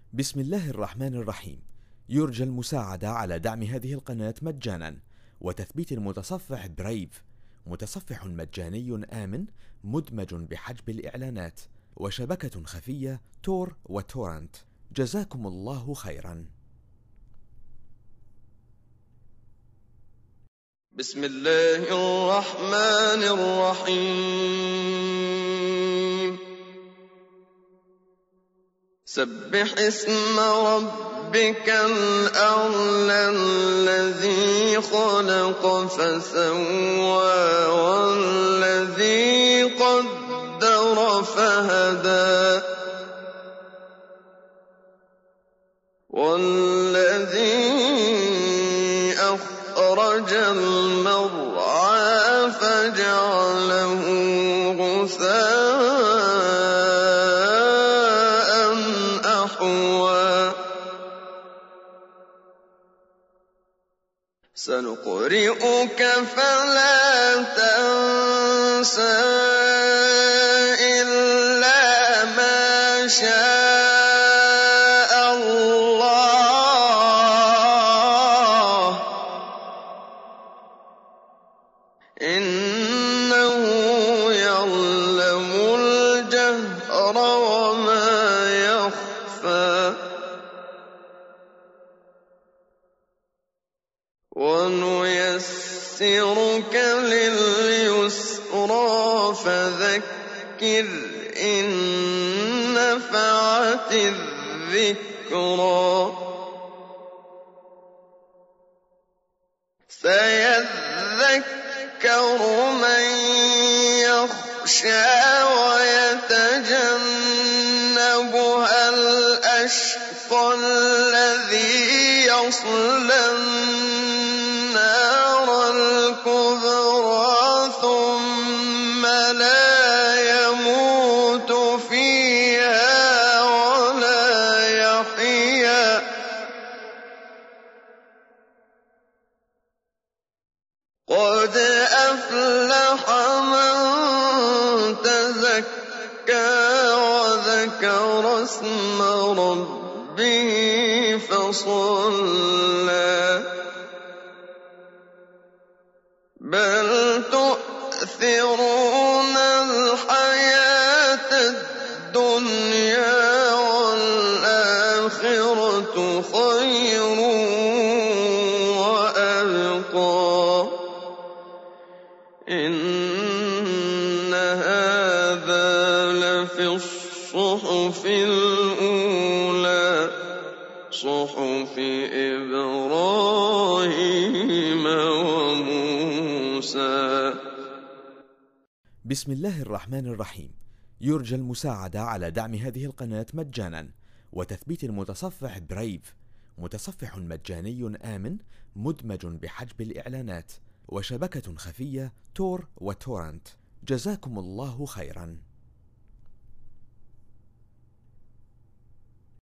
بسم الله الرحمن الرحيم. يرجى المساعدة على دعم هذه القناة مجانا وتثبيت المتصفح برايف، متصفح مجاني آمن مدمج بحجب الإعلانات وشبكة خفية تور وتورنت. جزاكم الله خيرا. بسم الله الرحمن الرحيم. سبح اسم ربك الأعلى الذي خلق فسوى والذي قدر فهدى والذي أخرج المرعى فجعله غثاء أحوى. سنقرئك فلا تنسى إلا ما شاء الله، إنه يعلم الجهر وما يخفى. ونيسرك لليسرى فذكر إن نفعت الذكرى. سيذكر من يخشى ويتجنبها الأشقى الذي يصلى النار الكبرى ثم لا يموت فيها ولا يحيا. قد أفلح من تزكى وذكر اسم ربه فصلى. بل تؤثرون الحياة الدنيا والآخرة خير وأبقى. إن هذا لفي الصحف الأولى، صحف إبراهيم وموسى. بسم الله الرحمن الرحيم. يرجى المساعدة على دعم هذه القناة مجانا وتثبيت المتصفح برايف، متصفح مجاني آمن مدمج بحجب الإعلانات وشبكة خفية تور وتورنت. جزاكم الله خيرا.